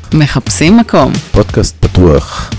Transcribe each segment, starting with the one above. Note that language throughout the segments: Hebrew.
מחפשים מקום. פודקאסט פתוח.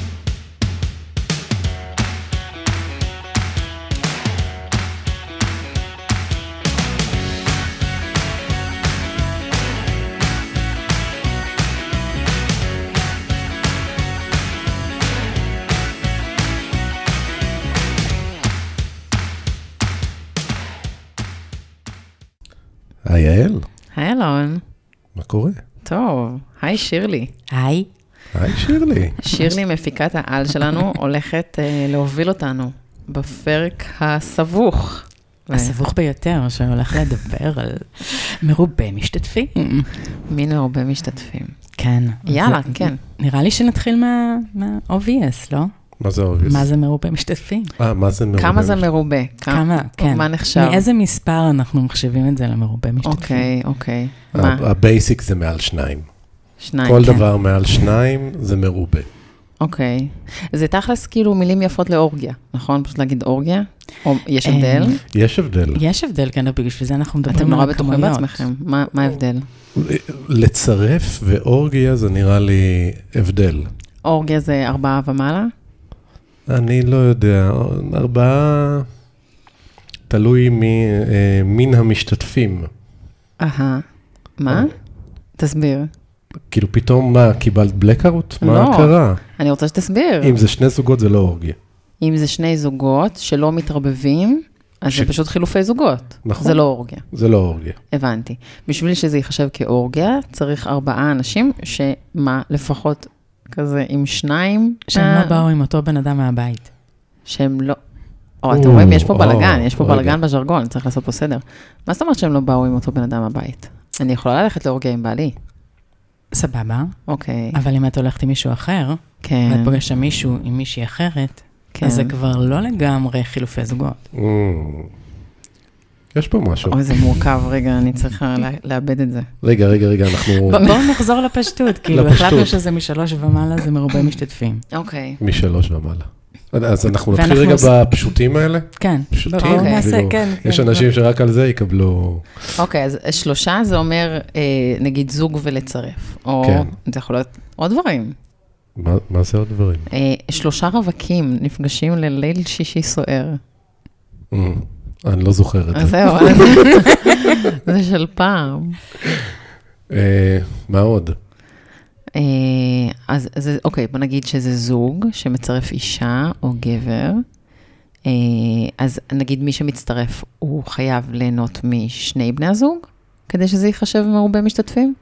היי יעל. היי אלון. מה קורה? טוב, היי שירלי. היי. היי שירלי. שירלי מפיקת העל שלנו הולכת להוביל אותנו בפרק הסבוך. הסבוך ביותר שהולך לדבר על מרובה משתתפים. מין מרובה משתתפים. כן. יאללה, כן. נראה לי שנתחיל מה-obvious, לא? מה זה obvious? מה זה מרובה משתתפים? מה זה מרובה? כמה זה מרובה? כמה, כן. מה נחשב? מאיזה מספר אנחנו מחשבים את זה למרובה משתתפים? אוקיי. מה? הבייסיק זה מעל 2. 2. כל דבר מעל 2 זה מרובה. אוקיי. זה תכלס כאילו מילים יפות לאורגיה, נכון? פשוט להגיד אורגיה? או יש הבדל? יש הבדל. יש הבדל, כן, בשביל זה אנחנו מדברים אתם על נורא הכמויות. בטוחים בעצמכם. מה ההבדל? לצרף ואורגיה זה נראה לי הבדל. אורגיה זה 4 ומעלה? אני לא יודע, 4 תלוי מין המשתתפים. מה? תסביר. כאילו פתאום מה, קיבלת בלקאוט? מה לא. קרה? אני רוצה שתסביר. אם זה 2 זוגות זה לא אורגיה. אם זה 2 זוגות שלא מתערבבים, אז זה פשוט חילופי זוגות. נכון. זה לא אורגיה. זה לא אורגיה. הבנתי. בשביל שזה ייחשב כאורגיה, צריך 4 אנשים שמה לפחות כזה עם 2. שהם לא באו עם אותו בן אדם מהבית. שהם לא... אתם רואים, יש פה בלגן, יש פה בלגן בז'רגון, צריך לעשות פה סדר. מה זאת אומרת שהם לא באו עם אותו בן אדם מהבית? אני יכולה ללכת לאורגיה עם בעלי. סבבה. אוקיי. אבל אם את הולכת עם מישהו אחר, כן. ואת פוגשת מישהו עם מישהי אחרת, אז זה כבר לא לגמרי חילופי זוגות. יש פה משהו. אוי, זה מורכב, רגע, אני צריכה לאבד את זה. רגע, אנחנו... בואו נחזור לפשטות, כאילו, החלטנו שזה מ3 ומעלה, זה מרובה משתתפים. אוקיי. מ3 ומעלה. אז אנחנו נתחיל רגע בפשוטים האלה? כן. פשוטים? בואו נעשה, כן. יש אנשים שרק על זה יקבלו... אוקיי, אז 3 זה אומר, נגיד, זוג ולצרף. או זה יכול להיות עוד דברים. מה זה עוד דברים? 3 רווקים נפגשים לליל שישי סוער. אני לא זוכר את זה. זהו, זה של פעם. מה עוד? אז אוקיי, בוא נגיד שזה זוג שמצרף אישה או גבר. אז נגיד מי שמצטרף הוא חייב ליהנות משני בני הזוג, כדי שזה ייחשב מרובה משתתפים?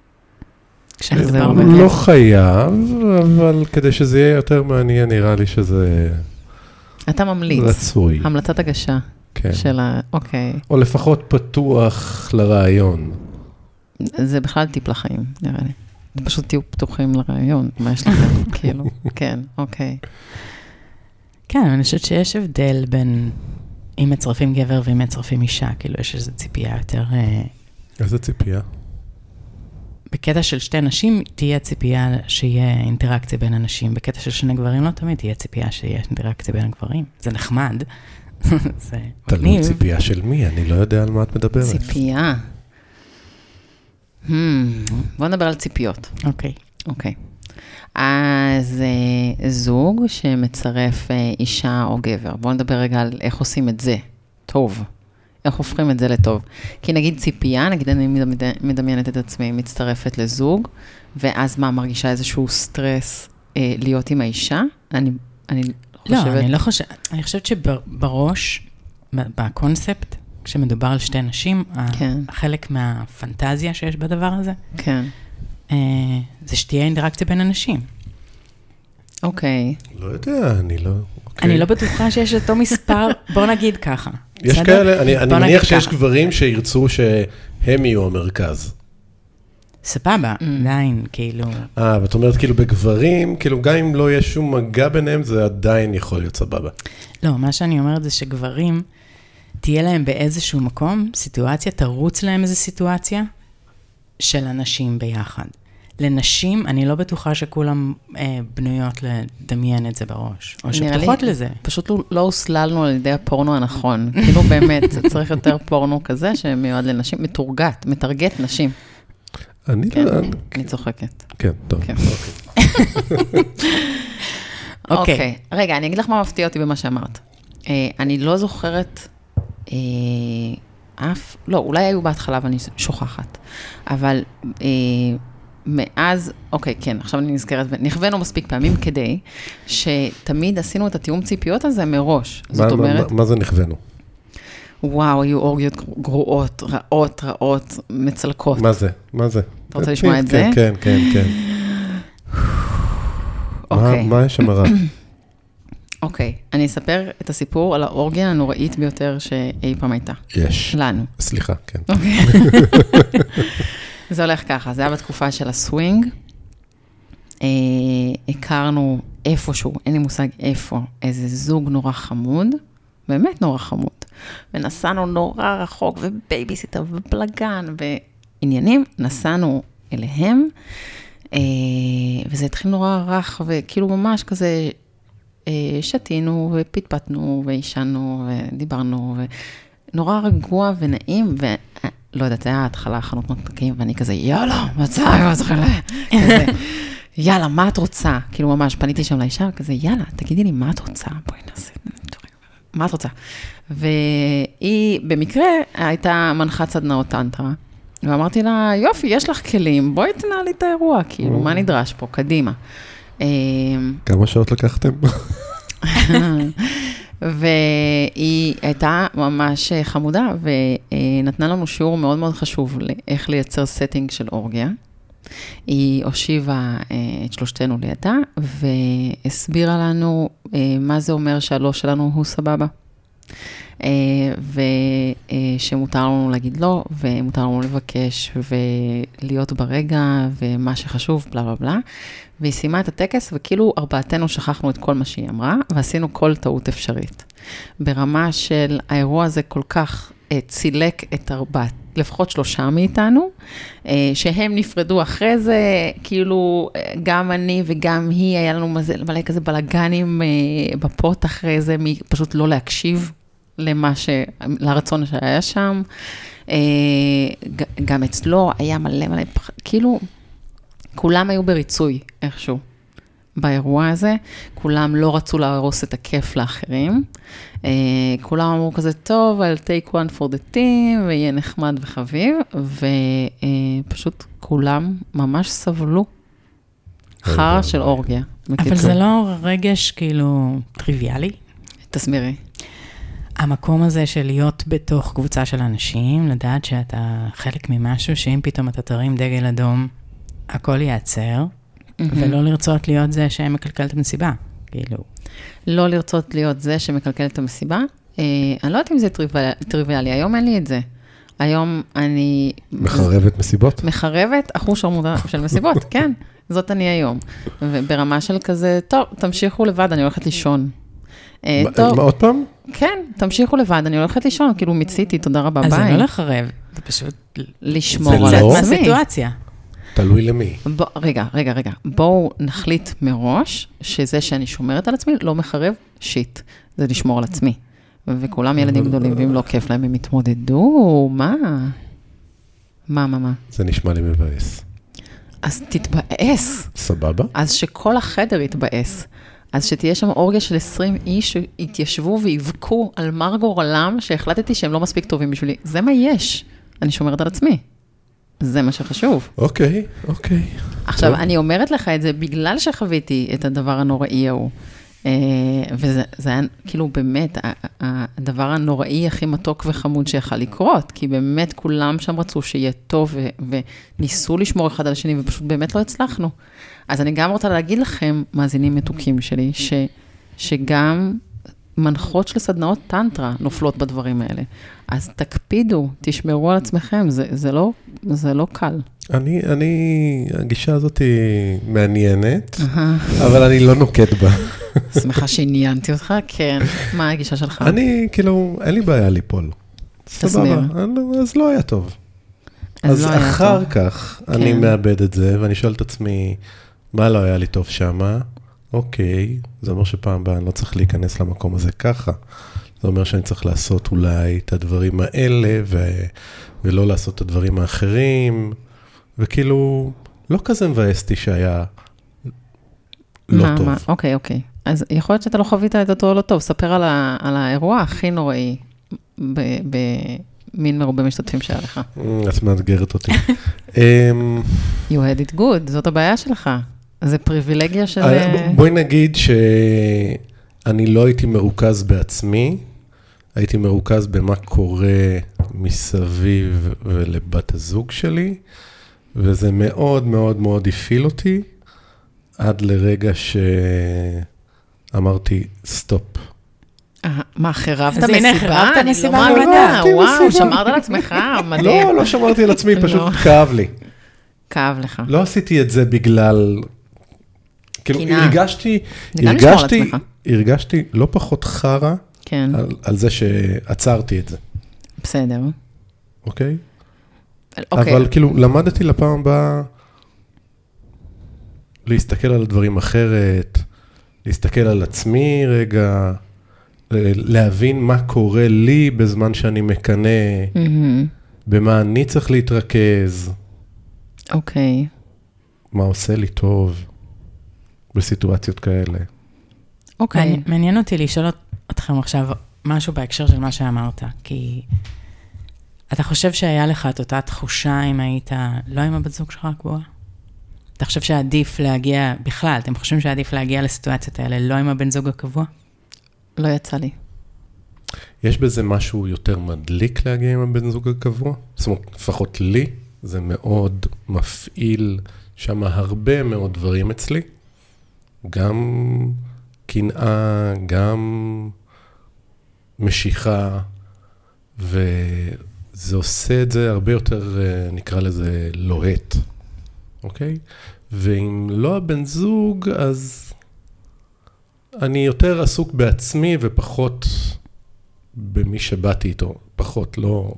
לא חייב, אבל כדי שזה יהיה יותר מעניין, נראה לי שזה... אתה ממליץ. רצוי. המלצת הגשה. כן. אוקיי. או לפחות פתוח לרעיון. זה בכלל טיפ לחיים, נראה לי. פשוט תהיו פתוחים לרעיון, מה יש לכם? כאילו, כן, אוקיי. כן, אני חושבת שיש הבדל בין אם מצרפים גבר ואם מצרפים אישה, כאילו יש איזו ציפייה יותר... איזה ציפייה? בקטע של 2 נשים תהיה ציפייה שיהיה אינטראקציה בין אנשים, בקטע של 2 גברים לא תמיד תהיה ציפייה שיהיה אינטראקציה בין הגברים. זה נחמד. זה תלוי ציפייה של מי, אני לא יודע על מה את מדברת. ציפייה. בוא נדבר על ציפיות. אוקיי. אז זוג שמצרף אישה או גבר. בוא נדבר רגע על איך עושים את זה. טוב. איך הופכים את זה לטוב. כי נגיד ציפייה, נגיד אני מדמיינת את עצמי, מצטרפת לזוג, ואז מה, מרגישה איזשהו סטרס להיות עם האישה? אני חושבת... לא, אני לא חושבת. אני חושבת שבראש, בקונספט, כשמדובר על 2 נשים, חלק מהפנטזיה שיש בדבר הזה, זה שתהיה אינטראקציה בין אנשים. אוקיי. לא יודע, אני לא... אני לא בטוחה שיש אותו מספר, בוא נגיד ככה. יש כאלה, אני מניח שיש גברים שירצו שהם יהיו המרכז. סבבה, עדיין, כאילו... ואת אומרת, כאילו בגברים, כאילו גם אם לא יש שום מגע ביניהם, זה עדיין יכול להיות סבבה. לא, מה שאני אומרת זה שגברים, תהיה להם באיזשהו מקום, סיטואציה, תרוץ להם איזו סיטואציה, של אנשים ביחד. לנשים, אני לא בטוחה שכולם בנויות לדמיין את זה בראש, או שפתוחות לזה. פשוט לא הוסללנו על ידי הפורנו הנכון. כאילו באמת, צריך יותר פורנו כזה שמיועד לנשים, מטרגט נשים. אני צוחקת. כן, טוב. אוקיי. רגע, אני אגיד לך מה מפתיע אותי במה שאמרת. אני לא זוכרת לא, אולי היו בהתחלה ואני שוכחת. אבל מאז, אוקיי, כן, עכשיו אני נזכרת, נכוונו מספיק פעמים כדי שתמיד עשינו את התיאום ציפיות הזה מראש. זאת אומרת... מה זה נכוונו? וואו, היו אורגיות גרועות, רעות, מצלקות. מה זה? אתה רוצה לשמוע את זה? כן. מה יש שם רע? אוקיי, אני אספר את הסיפור על האורגיה הנוראית ביותר שאי פעם הייתה. יש. לנו. סליחה, כן. זה הולך ככה, זה היה בתקופה של הסווינג. הכרנו איפשהו, אין לי מושג איפה, איזה זוג נורא חמוד, באמת נורא חמוד. ונסענו נורא רחוק, ובייביסיטר, ובלגן, ועניינים. נסענו אליהם, וזה התחיל נורא רך, וכאילו ממש כזה, שתינו, ופטפטנו, וישנו, ודיברנו, ונורא רגוע ונעים, ולא יודעת, זה היה ההתחלה, חנות מתקים, ואני כזה, יאללה, מצא, כזה, יאללה, מה את רוצה? כאילו ממש, פניתי שם לאישה, כזה, יאללה, תגידי לי, מה את רוצה? בואי נעשה, מה את רוצה? והיא במקרה הייתה מנחת סדנאות טנטרה, ואמרתי לה, יופי, יש לך כלים, בואי תנהלי את האירוע, כאילו, מה נדרש פה? קדימה. כמה שעות לקחתם? והיא הייתה ממש חמודה, ונתנה לנו שיעור מאוד מאוד חשוב לאיך לייצר סטינג של אורגיה. היא הושיבה את שלושתנו לידה, והסבירה לנו מה זה אומר שהלא שלנו הוא סבבה. ושמותר לנו להגיד לא, ומותר לנו לבקש, ולהיות ברגע, ומה שחשוב, בלה בלה בלה. והיא סיימה את הטקס, וכאילו ארבעתנו שכחנו את כל מה שהיא אמרה, ועשינו כל טעות אפשרית. ברמה של האירוע הזה כל כך צילק את לפחות 3 מאיתנו, שהם נפרדו אחרי זה, כאילו גם אני וגם היא, היה לנו מלא כזה בלגנים בפוט אחרי זה, פשוט לא להקשיב לרצון שהיה שם. גם אצלו היה מלא, כאילו, כולם היו בריצוי איכשהו באירוע הזה, כולם לא רצו להרוס את הכיף לאחרים, כולם אמרו כזה טוב, I'll take one for the team, ויהיה נחמד וחביב, ופשוט כולם ממש סבלו חרא של אורגיה. אבל זה לא רגש כאילו טריוויאלי? תסבירי. המקום הזה של להיות בתוך קבוצה של אנשים, לדעת שאתה חלק ממשהו, שאם פתאום אתה תרים דגל אדום, הכל ייעצר, ולא לרצות להיות זה שמקלקל את המסיבה, כאילו. לא לרצות להיות זה שמקלקל את המסיבה? אני לא יודעת אם זה טריוויאלי, היום אין לי את זה. היום אני... מחרבת מסיבות? מחרבת אחוש עמודה של מסיבות, כן. זאת אני היום. וברמה של כזה, טוב, תמשיכו לבד, אני הולכת לישון. עוד פעם? כן, תמשיכו לבד, אני הולכת לישון, כאילו מיציתי, תודה רבה, ביי. אז זה לא לחרב, זה פשוט לשמור על עצמי. מהסיטואציה. תלוי למי. רגע. בואו נחליט מראש שזה שאני שומרת על עצמי, לא מחרב שיט. זה לשמור על עצמי. וכולם ילדים גדולים, ואם לא כיף להם, הם יתמודדו. מה? זה נשמע לי מבאס. אז תתבאס. סבבה. אז שכל החדר יתבאס. אז שתהיה שם אורגיה של 20 איש שהתיישבו ויבכו על מר גורלם, שהחלטתי שהם לא מספיק טובים בשבילי. זה מה יש. אני שומרת על עצמי. זה מה שחשוב. אוקיי. עכשיו, אני אומרת לך את זה בגלל שחוויתי את הדבר הנוראי ההוא. וזה היה כאילו באמת הדבר הנוראי הכי מתוק וחמוד שיכל לקרות, כי באמת כולם שם רצו שיהיה טוב וניסו לשמור אחד על השני, ופשוט באמת לא הצלחנו. אז אני גם רוצה להגיד לכם, מאזינים מתוקים שלי, שגם מנחות של סדנאות טנטרה נופלות בדברים האלה. אז תקפידו, תשמרו על עצמכם, זה לא קל. הגישה הזאת היא מעניינת, אבל אני לא נוקט בה. שמחה שעניינתי אותך, כן. מה הגישה שלך? אני, כאילו, אין לי בעיה ליפול. תסביר. אז לא היה טוב. אז אחר כך אני מאבד את זה, ואני שואל את עצמי, מה לא היה לי טוב שמה? אוקיי, זה אומר שפעם הבאה אני לא צריך להיכנס למקום הזה ככה. זה אומר שאני צריך לעשות אולי את הדברים האלה, ולא לעשות את הדברים האחרים, וכאילו, לא כזה מבאסתי שהיה לא טוב. אוקיי. אז יכול להיות שאתה לא חווית את אותו לא טוב. ספר על האירוע הכי נוראי במין מרובה משתתפים שהיה לך. את מאתגרת אותי. You had it good, זאת הבעיה שלך. זה פריבילגיה של... בואי נגיד שאני לא הייתי מרוכז בעצמי, הייתי מרוכז במה קורה מסביב ולבת הזוג שלי, וזה מאוד מאוד מאוד הפעיל אותי, עד לרגע שאמרתי, סטופ. מה, חירבת מסיבה? אני לא מאמינה, וואו, שמרת על עצמך, מדהים. לא שמרתי על עצמי, פשוט כאב לי. כאב לך. לא עשיתי את זה בגלל... כאילו, הרגשתי לא פחות חרה על זה שעצרתי את זה. בסדר. אוקיי? אבל כאילו, למדתי לפעם הבאה להסתכל על הדברים אחרת, להסתכל על עצמי רגע, להבין מה קורה לי בזמן שאני מקנה, במה אני צריך להתרכז. אוקיי. מה עושה לי טוב בסיטואציות כאלה. אוקיי. מעניין אותי לשאול אתכם עכשיו משהו בהקשר של מה שאמרת, כי אתה חושב שהיה לך את אותה תחושה אם היית לא עם הבת זוג שלך הקבועה? אתה חושב שעדיף להגיע, בכלל, אתם חושבים שעדיף להגיע לסיטואציות האלה לא עם הבן זוג הקבוע? לא יצא לי. יש בזה משהו יותר מדליק להגיע עם הבן זוג הקבוע? זאת אומרת, לפחות לי, זה מאוד מפעיל שם הרבה מאוד דברים אצלי. גם קנאה, גם משיכה, וזה עושה את זה הרבה יותר, נקרא לזה, לוהט. אוקיי? ואם לא הבן זוג, אז אני יותר עסוק בעצמי ופחות במי שבאתי איתו. פחות,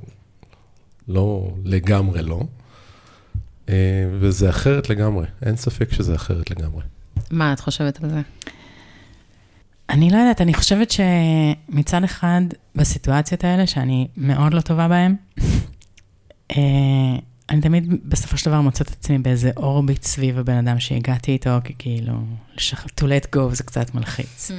לא לגמרי לא. וזה אחרת לגמרי. אין ספק שזה אחרת לגמרי. מה את חושבת על זה? אני לא יודעת, אני חושבת שמצד אחד בסיטואציות האלה, שאני מאוד לא טובה בהן, אני תמיד בסופו של דבר מוצאת עצמי באיזה אורביט סביב הבן אדם שהגעתי איתו, כי כאילו, to let go זה קצת מלחיץ.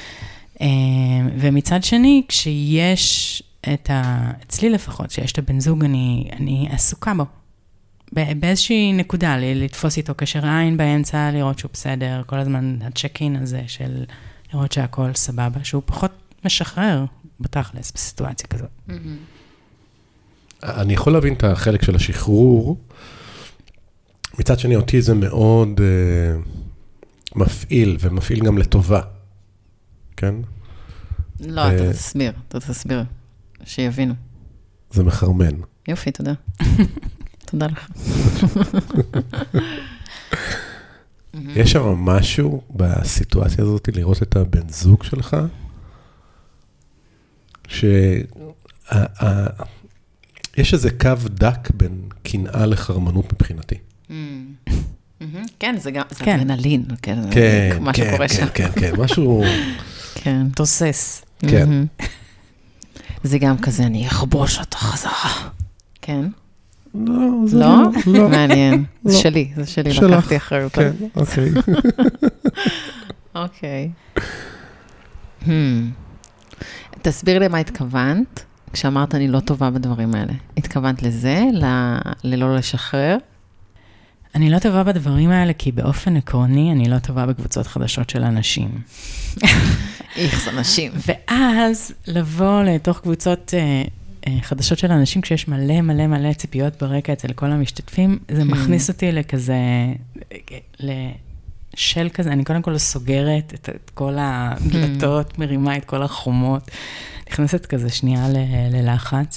ומצד שני, כשיש אצלי לפחות, שיש את הבן זוג, אני עסוקה בו. באיזושהי נקודה, לתפוס איתו קשר עין באמצע, לראות שהוא בסדר, כל הזמן הצ'ק-אין הזה של לראות שהכל סבבה, שהוא פחות משחרר בתכלס בסיטואציה כזאת. אני יכול להבין את החלק של השחרור, מצד שני אותי זה מאוד מפעיל, ומפעיל גם לטובה, כן? לא, אתה תסביר, שיבינו. זה מחרמן. יופי, תודה. תודה לך. יש שם משהו בסיטואציה הזאת, לראות את הבן זוג שלך, יש איזה קו דק בין קנאה לחרמנות מבחינתי. כן, זה אדרנלין, כן, מה שקורה שם. כן, משהו... כן, תוסס. כן. זה גם כזה, אני אכבוש אותה חזרה. כן? לא, זה לא. מעניין. זה שלי, לקחתי אחריות. כן, אוקיי. אוקיי. תסביר לי מה התכוונת, כשאמרת אני לא טובה בדברים האלה. התכוונת לזה, ללא לשחרר? אני לא טובה בדברים האלה, כי באופן עקרוני, אני לא טובה בקבוצות חדשות של אנשים. איך אנשים. ואז לבוא לתוך קבוצות חדשות של אנשים, כשיש מלא מלא מלא ציפיות ברקע אצל כל המשתתפים, זה מכניס אותי לכזה, לשל כזה, אני קודם כל סוגרת את כל הדלתות, מרימה את כל החומות, נכנסת כזה שנייה ללחץ.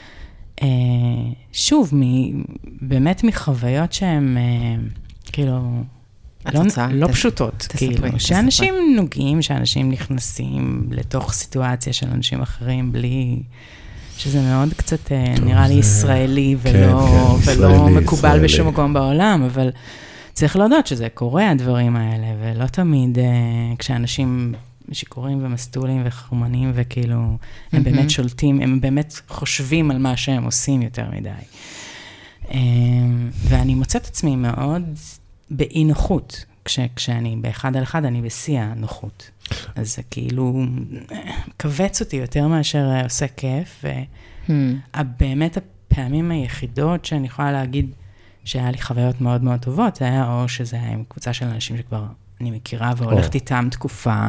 שוב, באמת מחוויות שהן, כאילו, לא פשוטות, כאילו, שאנשים נוגעים, שאנשים נכנסים לתוך סיטואציה של אנשים אחרים, בלי, שזה מאוד קצת נראה לי ישראלי, ולא מקובל בשום מקום בעולם, אבל צריך להודות שזה קורה, הדברים האלה, ולא תמיד כשאנשים שיכורים ומסטולים וחרמנים, וכאילו, הם באמת שולטים, הם באמת חושבים על מה שהם עושים יותר מדי. ואני מוצאת עצמי מאוד באי נוחות, כשאני באחד על אחד, אני בשיא הנוחות. אז זה כאילו קבץ אותי יותר מאשר עושה כיף, ובאמת הפעמים היחידות שאני יכולה להגיד שהיה לי חוויות מאוד מאוד טובות, זה היה או שזה היה עם קבוצה של אנשים שכבר אני מכירה והולכת איתם תקופה,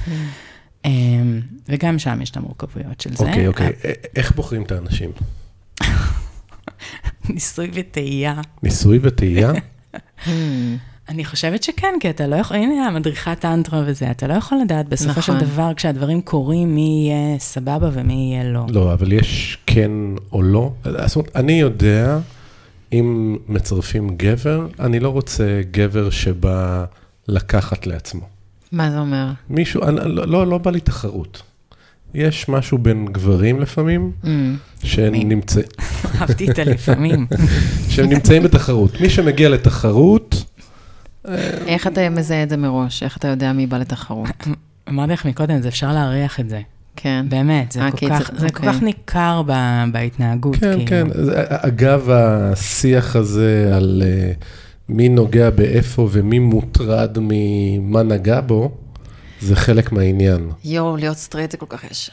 וגם שם יש את המורכבויות של זה. אוקיי. איך בוחרים את האנשים? ניסוי וטעייה. ניסוי וטעייה? אני חושבת שכן, כי אתה לא יכול, הנה המדריכת טנטרה וזה, אתה לא יכול לדעת בסופו של דבר, כשהדברים קורים, מי יהיה סבבה ומי יהיה לא. לא, אבל יש כן או לא. זאת אומרת, אני יודע, אם מצרפים גבר, אני לא רוצה גבר שבא לקחת לעצמו. מה זה אומר? מישהו, לא בא לי תחרות. יש משהו בין גברים לפעמים, שנמצאים... אהבתי את הלפעמים. שהם נמצאים בתחרות. מי שמגיע לתחרות... איך אתה מזהה את זה מראש? איך אתה יודע מי בא לתחרות? אמרתי לך מקודם, זה אפשר להריח את זה. כן. באמת, זה כל כך ניכר בהתנהגות. כן. אגב, השיח הזה על מי נוגע באיפה ומי מוטרד ממה נגע בו, זה חלק מהעניין. להיות סטרייט זה כל כך ישן.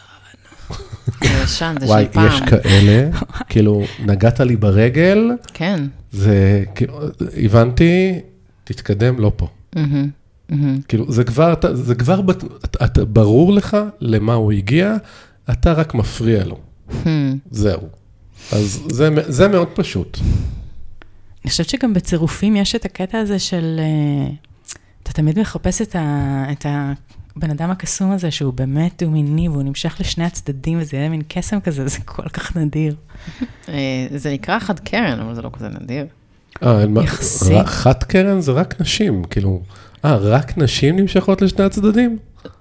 זה ישן, זה של פעם. וואי, יש כאלה, כאילו, נגעת לי ברגל. כן. זה, הבנתי, תתקדם, לא פה. כאילו, זה כבר ברור לך למה הוא הגיע, אתה רק מפריע לו. זהו. אז זה מאוד פשוט. אני חושבת שגם בצירופים יש את הקטע הזה של, אתה תמיד מחפש את הבן אדם הקסום הזה, שהוא באמת דומיני, והוא נמשך לשני הצדדים, וזה יהיה מין קסם כזה, זה כל כך נדיר. זה נקרא חד קרן, אבל זה לא כזה נדיר. יחסית. חד קרן זה רק נשים, כאילו, רק נשים נמשכות לשני הצדדים?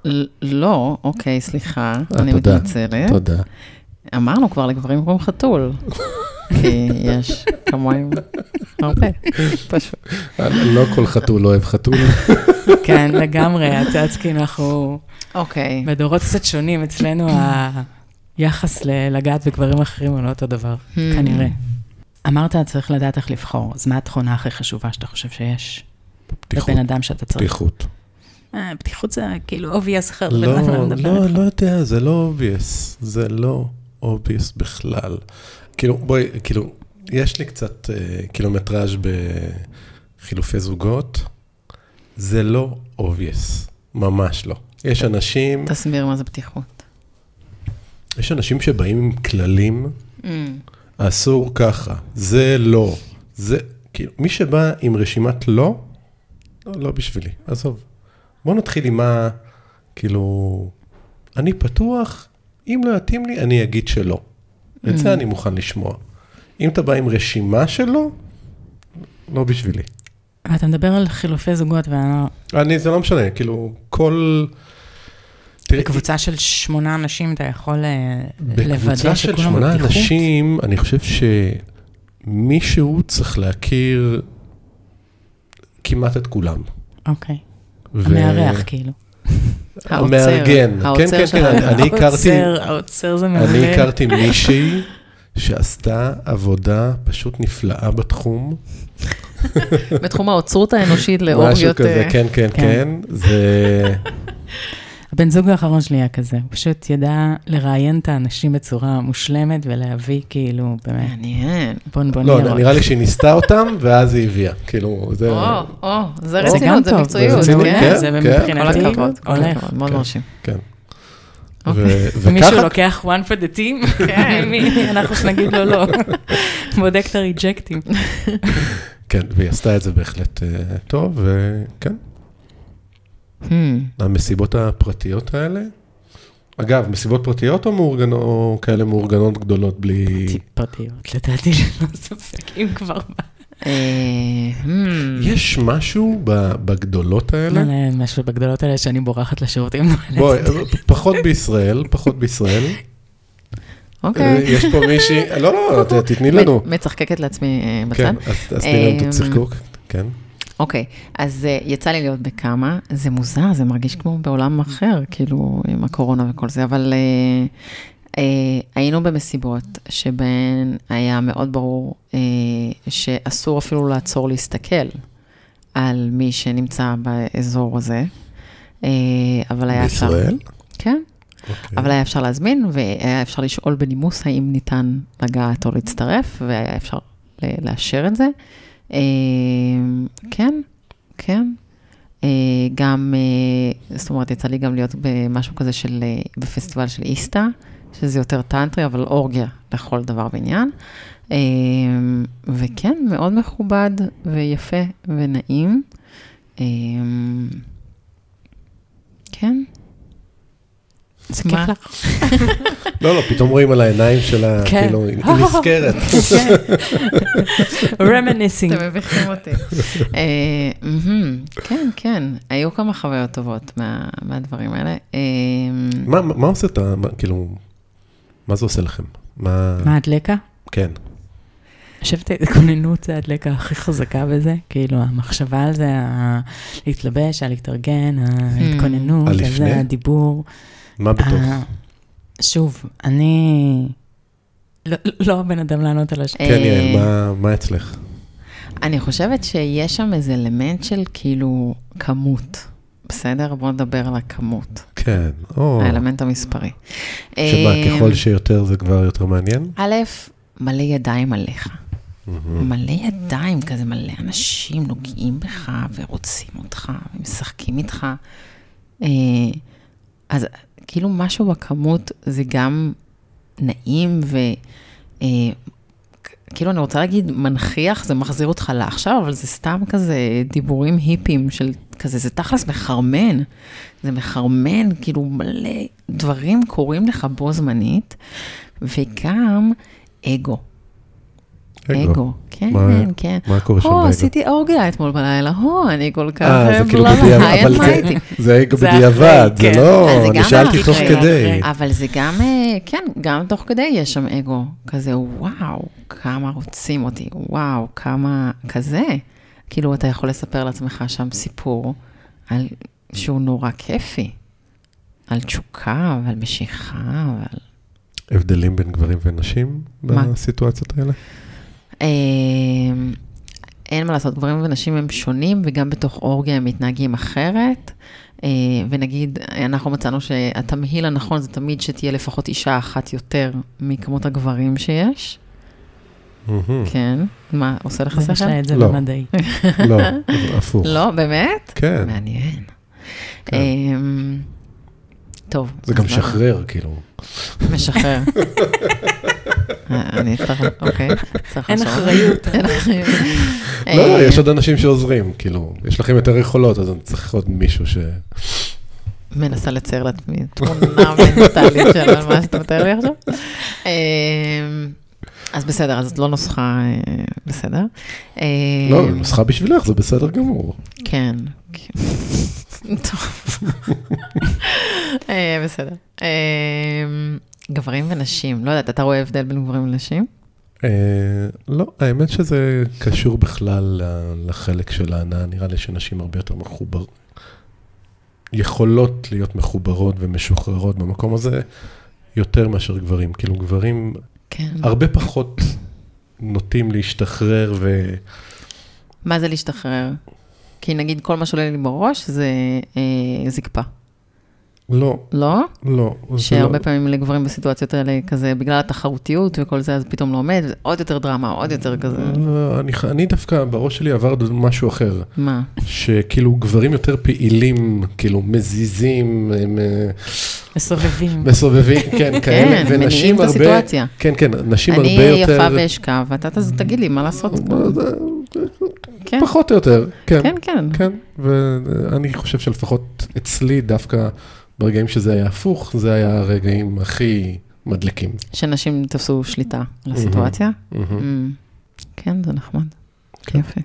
לא, אוקיי, סליחה, אני מתנצלת. תודה. אמרנו כבר לגברים קוראים חתול. כי יש כמוהם הרבה, פשוט. לא כל חתול לא אוהב חתול. כן, לגמרי, את יודעת, כי אנחנו... אוקיי. בדורות קצת שונים, אצלנו היחס לגעת בגברים אחרים הוא לא אותו דבר, כנראה. אמרת, צריך לדעת איך לבחור, אז מה התכונה הכי חשובה שאתה חושב שיש? לבן אדם שאתה צריך. פתיחות. פתיחות זה כאילו obvious אחר. לא יודע, זה לא obvious. זה לא obvious בכלל. כאילו, בואי, כאילו, יש לי קצת קילומטראז' בחילופי זוגות. זה לא obvious. ממש לא. יש אנשים... תסביר מה זה פתיחות. יש אנשים שבאים עם כללים, אסור ככה, זה לא. זה, כאילו, מי שבא עם רשימת לא, לא בשבילי, עזוב. בוא נתחיל עם מה, כאילו, אני פתוח, אם לא יתאים לי, אני אגיד שלא. את זה אני מוכן לשמוע. אם אתה בא עם רשימה שלו, לא בשבילי. אתה מדבר על חילופי זוגות, זה לא משנה, כאילו, כל... בקבוצה של 8 אנשים, אתה יכול לוודא בקבוצה של 8 אנשים, אני חושב שמישהו צריך להכיר כמעט את כולם. אוקיי. המארח, כאילו. המארגן. כן, האוצר זה מארגן. אני הכרתי מישהי שעשתה עבודה פשוט נפלאה בתחום. בתחום האוצרות האנושית לאור משהו כזה, כן. זה... הבן זוג האחרון שלי היה כזה, הוא פשוט ידע לראיין את האנשים בצורה מושלמת ולהביא כאילו, באמת. מעניין. לא, נראה לי שהיא ניסתה אותם, ואז היא הביאה. כאילו, זה... זה רצינות, זה מקצועיות. זה מבחינתי הולך. מאוד מרשים. כן. מישהו לוקח one for the team? אנחנו שנגיד לו לא. בודק את הריג'קטים. כן, והיא עשתה את זה בהחלט טוב, וכן. המסיבות הפרטיות האלה, אגב, מסיבות פרטיות או כאלה מאורגנות גדולות בלי... פרטיות, לדעתי לא ספק, אם כבר בא. יש משהו בגדולות האלה? לא, משהו בגדולות האלה שאני בורחת לשירותים. בואי, פחות בישראל. אוקיי. יש פה מישהי, לא, תתני לנו. מצחקקת לעצמי בצד. כן, אז תני לנו תצחקוק, כן. אוקיי, אז יצא לי להיות בכמה, זה מוזר, זה מרגיש כמו בעולם אחר, כאילו עם הקורונה וכל זה, אבל היינו במסיבות שבהן היה מאוד ברור שאסור אפילו לעצור להסתכל על מי שנמצא באזור הזה. אבל היה אפשר... בישראל? כן. אבל היה אפשר להזמין, והיה אפשר לשאול בנימוס האם ניתן לגעת או להצטרף, והיה אפשר לאשר את זה. כן, כן. גם, זאת אומרת, יצא לי גם להיות במשהו כזה בפסטיבל של איסטה, שזה יותר טנטרי, אבל אורגיה לכל דבר בעניין. וכן, מאוד מכובד ויפה ונעים. כן. זה כיף לך. לא, פתאום רואים על העיניים שלה, כאילו, היא נזכרת. רמיניסינג. אתם מביכים אותי. כן, כן, היו כמה חוויות טובות מהדברים האלה. מה עושה את ה... כאילו, מה זה עושה לכם? מה הדלקה? כן. אני חושבת, כוננות זה הדלקה הכי חזקה בזה, כאילו המחשבה על זה, להתלבש, להתארגן, ההתכוננות, הדיבור. מה בתוך? שוב, אני לא בן אדם לענות על השאלה. כן, יעל, מה אצלך? אני חושבת שיש שם איזה אלמנט של כאילו כמות. בסדר? בואו נדבר על הכמות. כן. האלמנט המספרי. שמה, ככל שיותר זה כבר יותר מעניין? א', מלא ידיים עליך. מלא ידיים, כזה מלא אנשים נוגעים בך ורוצים אותך ומשחקים איתך. אז כאילו משהו בכמות זה גם נעים כאילו אני רוצה להגיד מנחיח, זה מחזיר אותך לעכשיו, אבל זה סתם כזה דיבורים היפים של כזה, זה תכלס מחרמן. זה מחרמן, כאילו מלא דברים קורים לך בו זמנית, וגם אגו. אגו, כן, כן. מה קורה שם באגו? עשיתי אורגיה אתמול בלילה, אני כל כך... זה כאילו בדיעבד, אבל זה אגו בדיעבד, זה לא, אני שאלתי תוך כדי. אבל זה גם, כן, גם תוך כדי יש שם אגו, כזה וואו, כמה רוצים אותי, וואו, כמה כזה. כאילו אתה יכול לספר לעצמך שם סיפור, על שהוא נורא כיפי, על תשוקה ועל משיכה ועל... הבדלים בין גברים ונשים בסיטואציות האלה? אין מה לעשות, גברים ונשים הם שונים, וגם בתוך אורגיה הם מתנהגים אחרת, ונגיד, אנחנו מצאנו שהתמהיל הנכון זה תמיד שתהיה לפחות אישה אחת יותר מכמות הגברים שיש. כן, מה, עושה לך שכל? יש לה את זה במדעי. לא, הפוך. לא, באמת? כן. מעניין. טוב. זה גם משחרר, כאילו. משחרר. אני אצטרך, אוקיי. אין אחריות. אין אחריות. לא, יש עוד אנשים שעוזרים, כאילו, יש לכם יותר יכולות, אז אני צריך עוד מישהו ש... מנסה לצייר לעצמי תמונה מנטלית של מה שאתה מתאר לי עכשיו. אז בסדר, אז את לא נוסחה, בסדר. לא, נוסחה בשבילך, זה בסדר גמור. כן. טוב. בסדר. גברים ונשים, לא יודעת, אתה רואה הבדל בין גברים ונשים? לא, האמת שזה קשור בכלל לחלק של ההנאה, נראה לי שנשים הרבה יותר מחוברות, יכולות להיות מחוברות ומשוחררות במקום הזה, יותר מאשר גברים, כאילו גברים הרבה פחות נוטים להשתחרר מה זה להשתחרר? כי נגיד כל מה שעולה לי בראש זה זקפה. לא. לא? לא. שהרבה פעמים לגברים בסיטואציות האלה כזה, בגלל התחרותיות וכל זה, אז פתאום לא עומד, עוד יותר דרמה, עוד יותר כזה. אני דווקא, בראש שלי עבר משהו אחר. מה? שכאילו גברים יותר פעילים, כאילו מזיזים, מסובבים, כן, כאלה, כן, מניעים את הסיטואציה. כן, כן, נשים הרבה יותר... אני יפה ואשכב, ואתה תגיד לי מה לעשות. פחות או יותר, כן. כן, כן. כן, ואני חושב שלפחות אצלי דווקא ברגעים שזה היה הפוך, זה היה הרגעים הכי מדליקים. שנשים תפסו שליטה על הסיטואציה? כן, זה נחמד. יפה.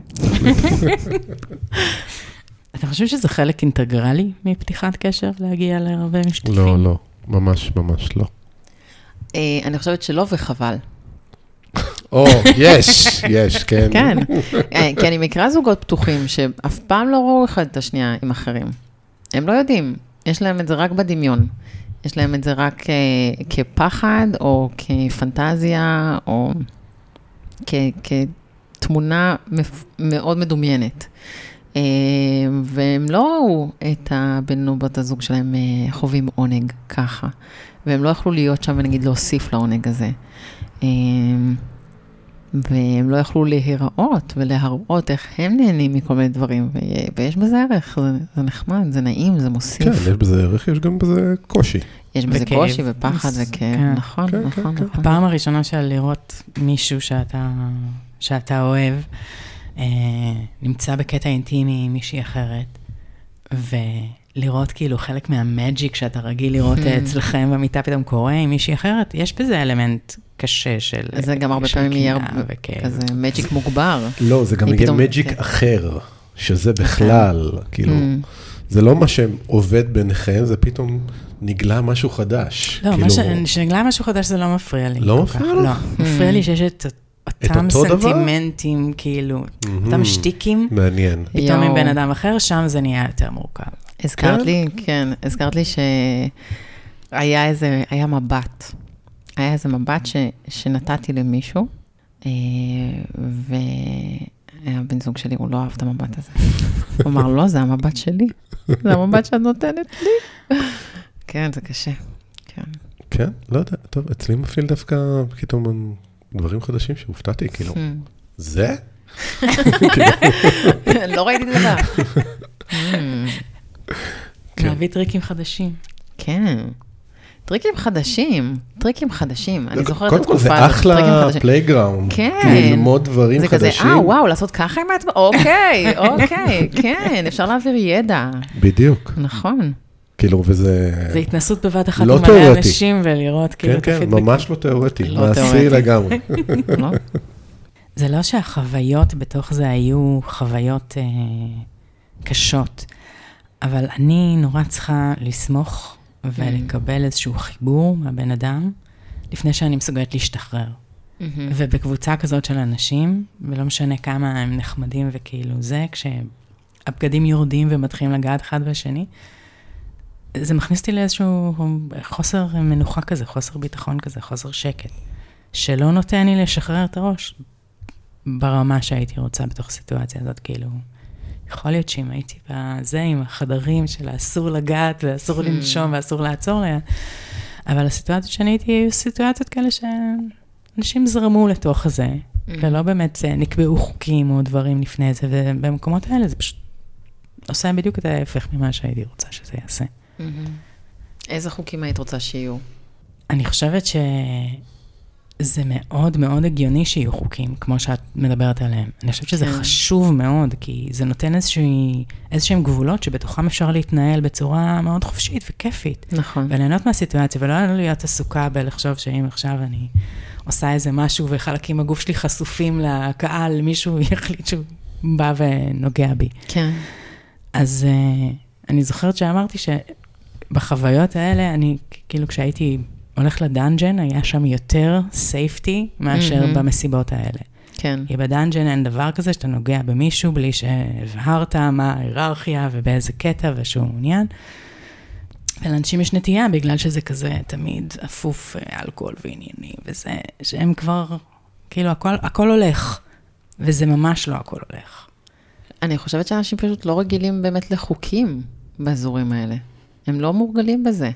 אתה חושב שזה חלק אינטגרלי מפתיחת קשר להגיע להרבה משתתפים? לא, לא, ממש ממש לא. אני חושבת שלא וחבל. יש, כן. כן, כי אני מכירה זוגות פתוחים שאף פעם לא ראו אחד את השנייה עם אחרים. הם לא יודעים, יש להם את זה רק בדמיון. יש להם את זה רק כפחד, או כפנטזיה, או כתמונה מאוד מדומיינת. והם לא ראו את הבן או בת הזוג שלהם חווים עונג ככה. והם לא יכלו להיות שם ונגיד להוסיף לעונג הזה. והם לא יכלו להיראות ולהראות איך הם נהנים מכל מיני דברים, ויש בזה ערך, זה נחמד, זה נעים, זה מוסיף. כן, יש בזה ערך, יש גם בזה קושי. יש בזה קושי ופחד וכאב, נכון, נכון. הפעם הראשונה של לראות מישהו שאתה אוהב, נמצא בקטע אינטימי עם מישהי אחרת, ולראות כאילו חלק מהמג'יק שאתה רגיל לראות אצלכם במיטה פתאום קורה עם מישהי אחרת, יש בזה אלמנט קשה של... זה גם הרבה פעמים יהיה כזה מג'יק מוגבר. לא, זה גם יהיה מג'יק אחר, שזה בכלל, כאילו, זה לא מה שעובד ביניכם, זה פתאום נגלה משהו חדש. לא, שנגלה משהו חדש זה לא מפריע לי. לא מפריע לך? לא, מפריע לי שיש את אותם סנטימנטים, כאילו, אותם שטיקים. מעניין. פתאום עם בן אדם אחר, שם זה נהיה יותר מורכב. הזכרת לי שהיה מבט. היה איזה מבט שנתתי למישהו, והבן זוג שלי, הוא לא אהב את המבט הזה. הוא אמר, לא, זה המבט שלי. זה המבט שאת נותנת לי. כן, זה קשה. כן, לא יודע. טוב, אצלי מפעיל דווקא פתאום דברים חדשים שהופתעתי, כאילו, זה? לא ראיתי את זה. להביא טריקים חדשים. כן. טריקים חדשים. אני זוכרת קודם כל, זה אחלה פלייגראונד. כן. ללמוד דברים חדשים. זה כזה, וואו, לעשות ככה עם העצמא? אוקיי, כן, אפשר להעביר ידע. בדיוק. נכון. כאילו, וזה... זה התנסות בבת אחת עם מלא אנשים ולראות כאילו... כן, ממש לא תיאורטי. מעשי לגמרי. זה לא שהחוויות בתוך זה היו חוויות קשות, אבל אני נורא צריכה לסמוך ולקבל איזשהו חיבור מהבן אדם, לפני שאני מסוגלת להשתחרר. ובקבוצה כזאת של אנשים, ולא משנה כמה הם נחמדים וכאילו זה, כשהבגדים יורדים ומתחילים לגעת אחד בשני, זה מכניס אותי לאיזשהו חוסר מנוחה כזה, חוסר ביטחון כזה, חוסר שקט, שלא נותן לי לשחרר את הראש ברמה שהייתי רוצה בתוך סיטואציה הזאת, כאילו, יכול להיות שאם הייתי בזה עם החדרים של האסור לגעת ואסור לנשום ואסור לעצור ליד, אבל הסיטואציות שאני הייתי, היו סיטואציות כאלה שאנשים זרמו לתוך זה, ולא באמת נקבעו חוקים או דברים לפני זה, ובמקומות האלה זה פשוט עושה בדיוק את ההפך ממה שהייתי רוצה שזה יעשה. איזה חוקים היית רוצה שיהיו? אני חושבת שזה מאוד מאוד הגיוני שיהיו חוקים, כמו שאת מדברת עליהם. אני חושבת שזה חשוב מאוד, כי זה נותן איזשהם גבולות שבתוכם אפשר להתנהל בצורה מאוד חופשית וכיפית. נכון. וליהנות מהסיטואציה, ולא להיות עסוקה בלחשוב שאם עכשיו אני עושה איזה משהו, וחלקים הגוף שלי חשופים לקהל, מישהו יחליט שהוא בא ונוגע בי. כן. אז אני זוכרת שאמרתי שבחוויות האלה, אני כאילו כשהייתי הולך לדאנג'ן, היה שם יותר סייפטי מאשר במסיבות האלה. כן. כי בדאנג'ן אין דבר כזה שאתה נוגע במישהו בלי שהבהרת מה ההיררכיה ובאיזה קטע ושום עניין. ולאנשים יש נטייה בגלל שזה כזה תמיד אפוף אלכוהול ועניינים, וזה שהם כבר, כאילו הכל הולך, וזה ממש לא הכל הולך. אני חושבת שאנשים פשוט לא רגילים באמת לחוקים באזורים האלה. הם לא מורגלים בזה.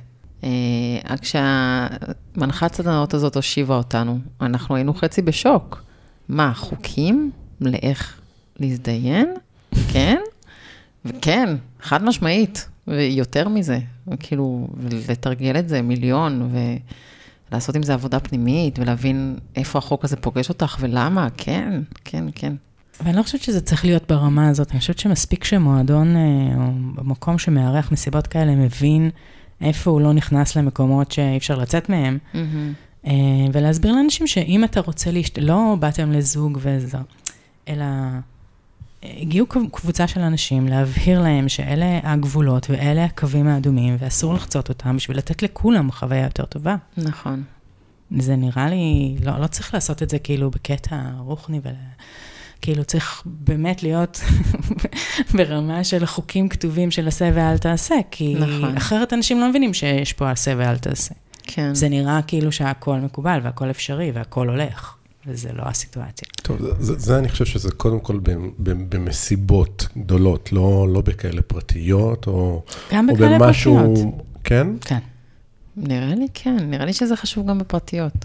כשהמנחת סדנאות הזאת הושיבה אותנו, אנחנו היינו חצי בשוק. מה, חוקים? לאיך להזדיין? כן? וכן, חד משמעית. ויותר מזה. כאילו, לתרגל את זה מיליון, ולעשות עם זה עבודה פנימית, ולהבין איפה החוק הזה פוגש אותך ולמה. כן, כן, כן. ואני לא חושבת שזה צריך להיות ברמה הזאת. אני חושבת שמספיק שמועדון, או במקום שמערך מסיבות כאלה, מבין איפה הוא לא נכנס למקומות שאי אפשר לצאת מהם, ולהסביר לאנשים שאם אתה רוצה לא באתם לזוג וזה, אלא הגיעו קבוצה של אנשים להבהיר להם שאלה הגבולות ואלה הקווים האדומים, ואסור לחצות אותם בשביל לתת לכולם חוויה יותר טובה. נכון. זה נראה לי, לא צריך לעשות את זה כאילו בקטע רוחני כאילו צריך באמת להיות ברמה של חוקים כתובים של עשה ואל תעשה, כי אחרת אנשים לא מבינים שיש פה עשה ואל תעשה. כן. זה נראה כאילו שהכל מקובל והכל אפשרי והכל הולך, וזה לא הסיטואציה. טוב, זה אני חושב שזה קודם כל במסיבות גדולות, לא בכאלה פרטיות, או במשהו, כן? כן. נראה לי כן, נראה לי שזה חשוב גם בפרטיות.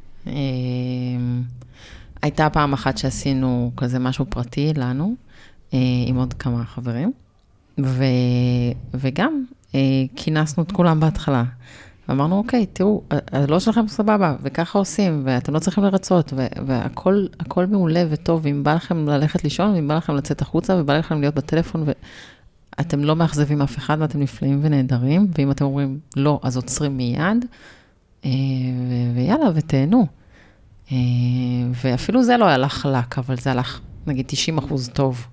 הייתה פעם אחת שעשינו כזה משהו פרטי לנו, עם עוד כמה חברים, וגם כינסנו את כולם בהתחלה. ואמרנו, אוקיי, תראו, לא שלכם סבבה, וככה עושים, ואתם לא צריכים לרצות, והכל מעולה וטוב, ואם בא לכם ללכת לישון, ואם בא לכם לצאת החוצה, ובא לכם להיות בטלפון, ואתם לא מאכזבים אף אחד, ואתם נפלאים ונהדרים, ואם אתם אומרים, לא, אז עוצרים מיד, ויאללה, ותהנו. ואפילו זה לא הלך חלק, אבל זה הלך, נגיד, 90% טוב.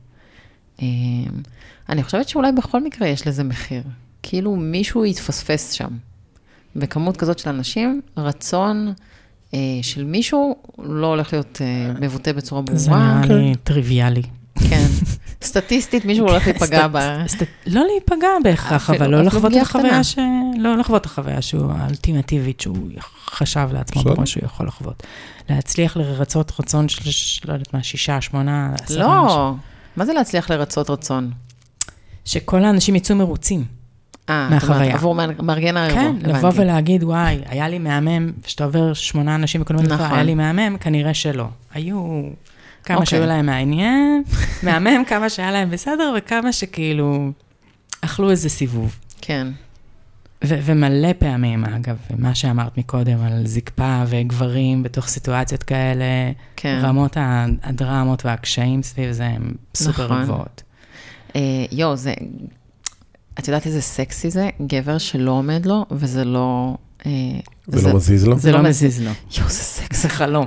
אני חושבת שאולי בכל מקרה יש לזה מחיר. כאילו מישהו יתפספס שם. בכמות כזאת של אנשים, רצון של מישהו לא הולך להיות מבוטא בצורה ברורה. זה נראה לי טריוויאלי. כן. סטטיסטית, מישהו הולך להיפגע בה. לא להיפגע בהכרח, אבל לא לחוות החוויה שהוא האלטימטיבית, שהוא חשב לעצמו כמו שהוא יכול לחוות. להצליח לרצות רצון של, לא יודעת מה, 6, 8, 10 אנשים. לא, מה זה להצליח לרצות רצון? שכל האנשים יצאו מרוצים. מהחוויה. עבור מארגן האירוע. כן, לבוא ולהגיד, וואי, היה לי מהמם, ושאתה עובר 8 אנשים בקולנוע לך, היה לי מהמם, כנראה שלא. היו כמה שהיו להם מעניין, מהמם, כמה שהיה להם בסדר, וכמה שכאילו אכלו איזה סיבוב. כן. ומלא פעמים, אגב, מה שאמרת מקודם, על זקפה וגברים בתוך סיטואציות כאלה, רמות הדרמות והקשיים סביב זה הם סופר גבוהות. זה... את יודעת איזה סקסי זה? גבר שלא עומד לו, וזה לא... ולא מזיז לו? זה לא מזיז לו. זה סקס, זה חלום.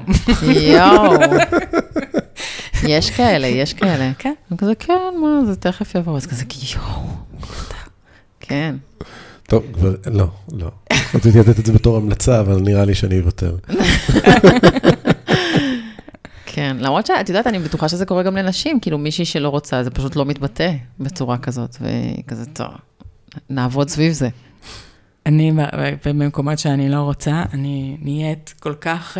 יש כאלה. כן. וכזה, כן, מה, זה תכף יבוא. אז כזה, כן. טוב, לא. רציתי לתת את זה בתור המלצה, אבל נראה לי שאני אוותר. כן, למרות שאת יודעת, אני בטוחה שזה קורה גם לנשים, כאילו מישהי שלא רוצה, זה פשוט לא מתבטא בצורה כזאת, וכזה, טוב, נעבוד סביב זה. אני, במקומות שאני לא רוצה, אני נהיית כל כך,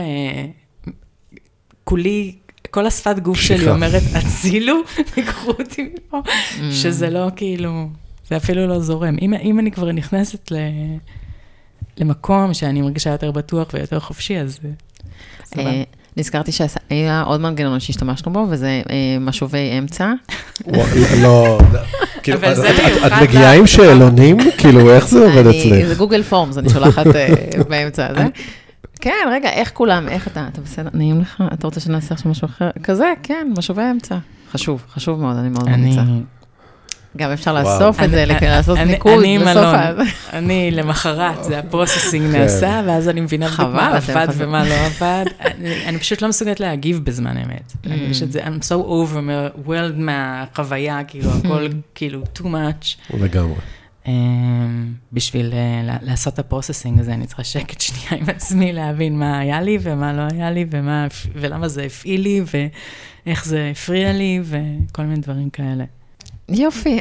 כולי, כל השפת גוף שלי אומרת, הצילו, תקחו אותי מפה, שזה לא כאילו, זה אפילו לא זורם. אם אני כבר נכנסת למקום שאני מרגישה יותר בטוח ויותר חופשי, אז סבבה. נזכרתי שהיה עוד מנגנון שהשתמשנו בו, וזה משובי אמצע. לא, את מגיעה עם שאלונים? כאילו, איך זה עובד אצלך? זה גוגל פורמס, אני שולחת באמצע הזה. כן, רגע, איך כולם, איך אתה בסדר, נעים לך? אתה רוצה שנעשה עכשיו משהו אחר? כזה, כן, משובי אמצע. חשוב מאוד, אני מאוד ממליצה. גם אפשר לאסוף את זה, לעשות ניקוד בסוף. אני למחרת, זה הפרוססינג נעשה, ואז אני מבינה מה עבד ומה לא עבד. אני פשוט לא מסוגלת להגיב בזמן אמת. אני חושבת, I'm so overwhelmed מהחוויה, כאילו, הכל כאילו too much. לגמרי. בשביל לעשות את הפרוססינג הזה, אני צריכה שקט שנייה עם עצמי, להבין מה היה לי ומה לא היה לי, ולמה זה הפעיל לי, ואיך זה הפריע לי, וכל מיני דברים כאלה. יופי.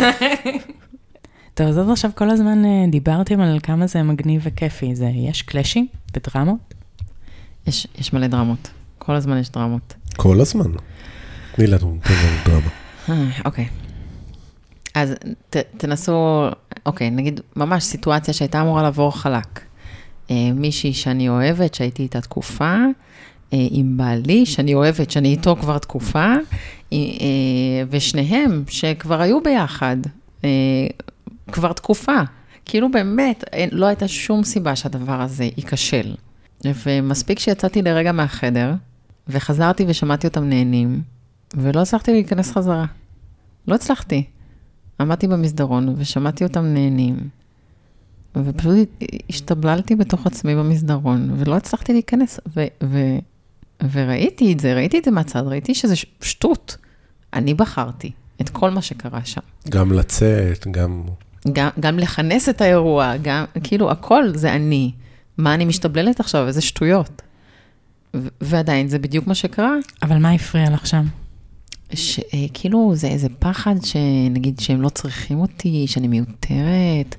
טוב, אז עכשיו כל הזמן דיברתם על כמה זה מגניב וכיפי. יש קלאשים ודרמות? יש מלא דרמות. כל הזמן יש דרמות. כל הזמן? תני לנו דרמה. אוקיי. אז תנסו, אוקיי, נגיד ממש סיטואציה שהייתה אמורה לעבור חלק. מישהי שאני אוהבת, שהייתי איתה תקופה, עם בעלי, שאני אוהבת, שאני איתו כבר תקופה, ושניהם שכבר היו ביחד, כבר תקופה. כאילו באמת, לא הייתה שום סיבה שהדבר הזה ייכשל. ומספיק שיצאתי לרגע מהחדר, וחזרתי ושמעתי אותם נהנים, ולא הצלחתי להיכנס חזרה. לא הצלחתי. עמדתי במסדרון ושמעתי אותם נהנים, ופשוט השתבללתי בתוך עצמי במסדרון, ולא הצלחתי להיכנס, וראיתי את זה מהצד, ראיתי שזה שטות. אני בחרתי את כל מה שקרה שם. גם לצאת, גם לכנס את האירוע, גם, כאילו, הכל זה אני. מה אני משתבללת עכשיו? איזה שטויות. ועדיין, זה בדיוק מה שקרה. אבל מה הפריע לך שם? כאילו זה איזה פחד שנגיד שהם לא צריכים אותי, שאני מיותרת,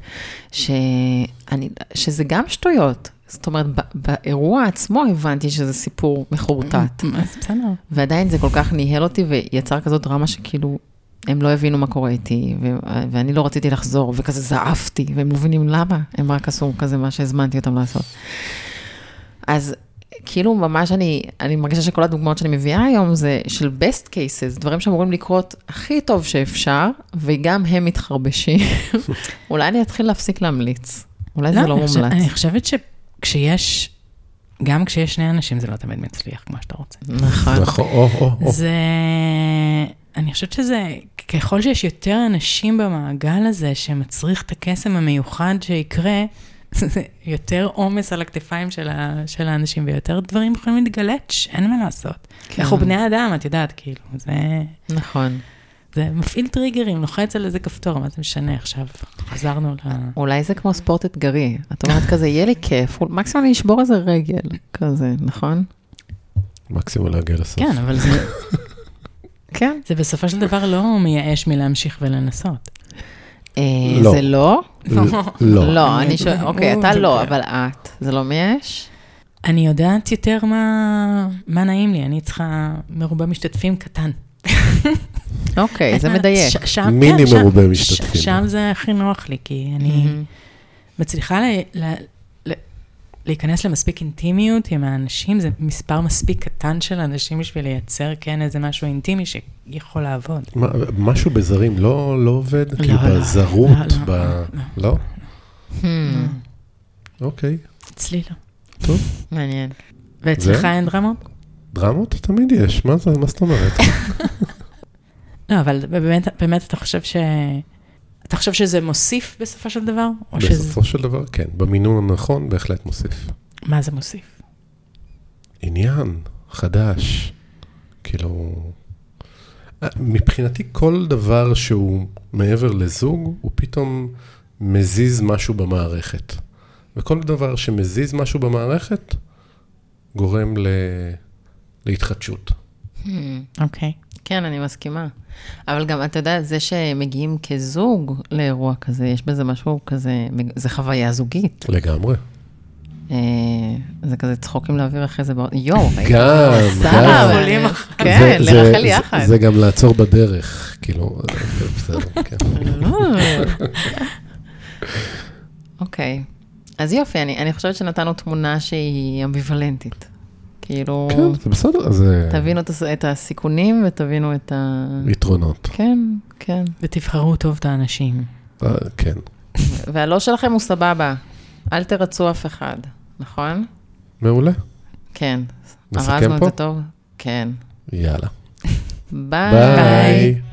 שזה גם שטויות. זאת אומרת, באירוע עצמו הבנתי שזה סיפור מחורטט. ועדיין זה כל כך ניהל אותי ויצר כזאת דרמה שכאילו הם לא הבינו מה קורה איתי, ואני לא רציתי לחזור, וכזה זעפתי, והם מבינים למה, הם רק עשו כזה מה שהזמנתי אותם לעשות. אז כאילו ממש אני מרגישה שכל הדוגמאות שאני מביאה היום זה של best cases, דברים שאמורים לקרות הכי טוב שאפשר, וגם הם מתחרבשים. אולי אני אתחיל להפסיק להמליץ. אולי זה לא מומלץ. אני חושבת שכשיש, גם כשיש שני אנשים זה לא תמיד מצליח, כמו שאתה רוצה. נכון. זה, אני חושבת שזה, ככל שיש יותר אנשים במעגל הזה, שמצריך את הקסם המיוחד שיקרה, זה יותר עומס על הכתפיים של האנשים, ויותר דברים יכולים להתגלץ', אין מה לעשות. אנחנו בני אדם, את יודעת, כאילו, זה... נכון. זה מפעיל טריגרים, לוחץ על איזה כפתור, מה זה משנה עכשיו? חזרנו אולי זה כמו ספורט אתגרי. את אומרת כזה, יהיה לי כיף, מקסימום אני אשבור איזה רגל, כזה, נכון? מקסימום להגיע לסוף. כן, אבל זה... כן. זה בסופו של דבר לא מייאש מלהמשיך ולנסות. זה לא? לא. לא, אני שואל, אוקיי, אתה לא, אבל את, זה לא מייאש? אני יודעת יותר מה נעים לי, אני צריכה מרובה משתתפים קטן. אוקיי, זה מדייק. מיני מרובה משתתפים. שם זה הכי נוח לי, כי אני מצליחה להיכנס למספיק אינטימיות עם האנשים, זה מספר מספיק קטן של אנשים בשביל לייצר כן איזה משהו אינטימי שיכול לעבוד. משהו בזרים לא עובד? כאילו בזרות? לא? אוקיי. אצלי לא. טוב. מעניין. ואצלך אין דרמות? דרמות תמיד יש, מה זאת אומרת? לא, אבל באמת אתה חושב שזה מוסיף בסופו של דבר? בסופו של דבר, כן. במינון הנכון, בהחלט מוסיף. מה זה מוסיף? עניין חדש. כאילו, מבחינתי כל דבר שהוא מעבר לזוג, הוא פתאום מזיז משהו במערכת. וכל דבר שמזיז משהו במערכת, גורם להתחדשות. אוקיי. כן, אני מסכימה. אבל גם, אתה יודע, זה שמגיעים כזוג לאירוע כזה, יש בזה משהו כזה, זה חוויה זוגית. לגמרי. זה כזה צחוקים להעביר אחרי זה, יואו, גם. כן, לרחל יחד. זה גם לעצור בדרך, כאילו, בסדר, כן. אוקיי. אז יופי, אני חושבת שנתנו תמונה שהיא אמביוולנטית. כאילו... כן, זה בסדר. תבינו את הסיכונים ותבינו את יתרונות. כן, כן. ותבחרו טוב את האנשים. כן. והלא שלכם הוא סבבה. אל תרצו אף אחד, נכון? מעולה. כן. נסכם פה? ארזנו את זה טוב? כן. יאללה. ביי.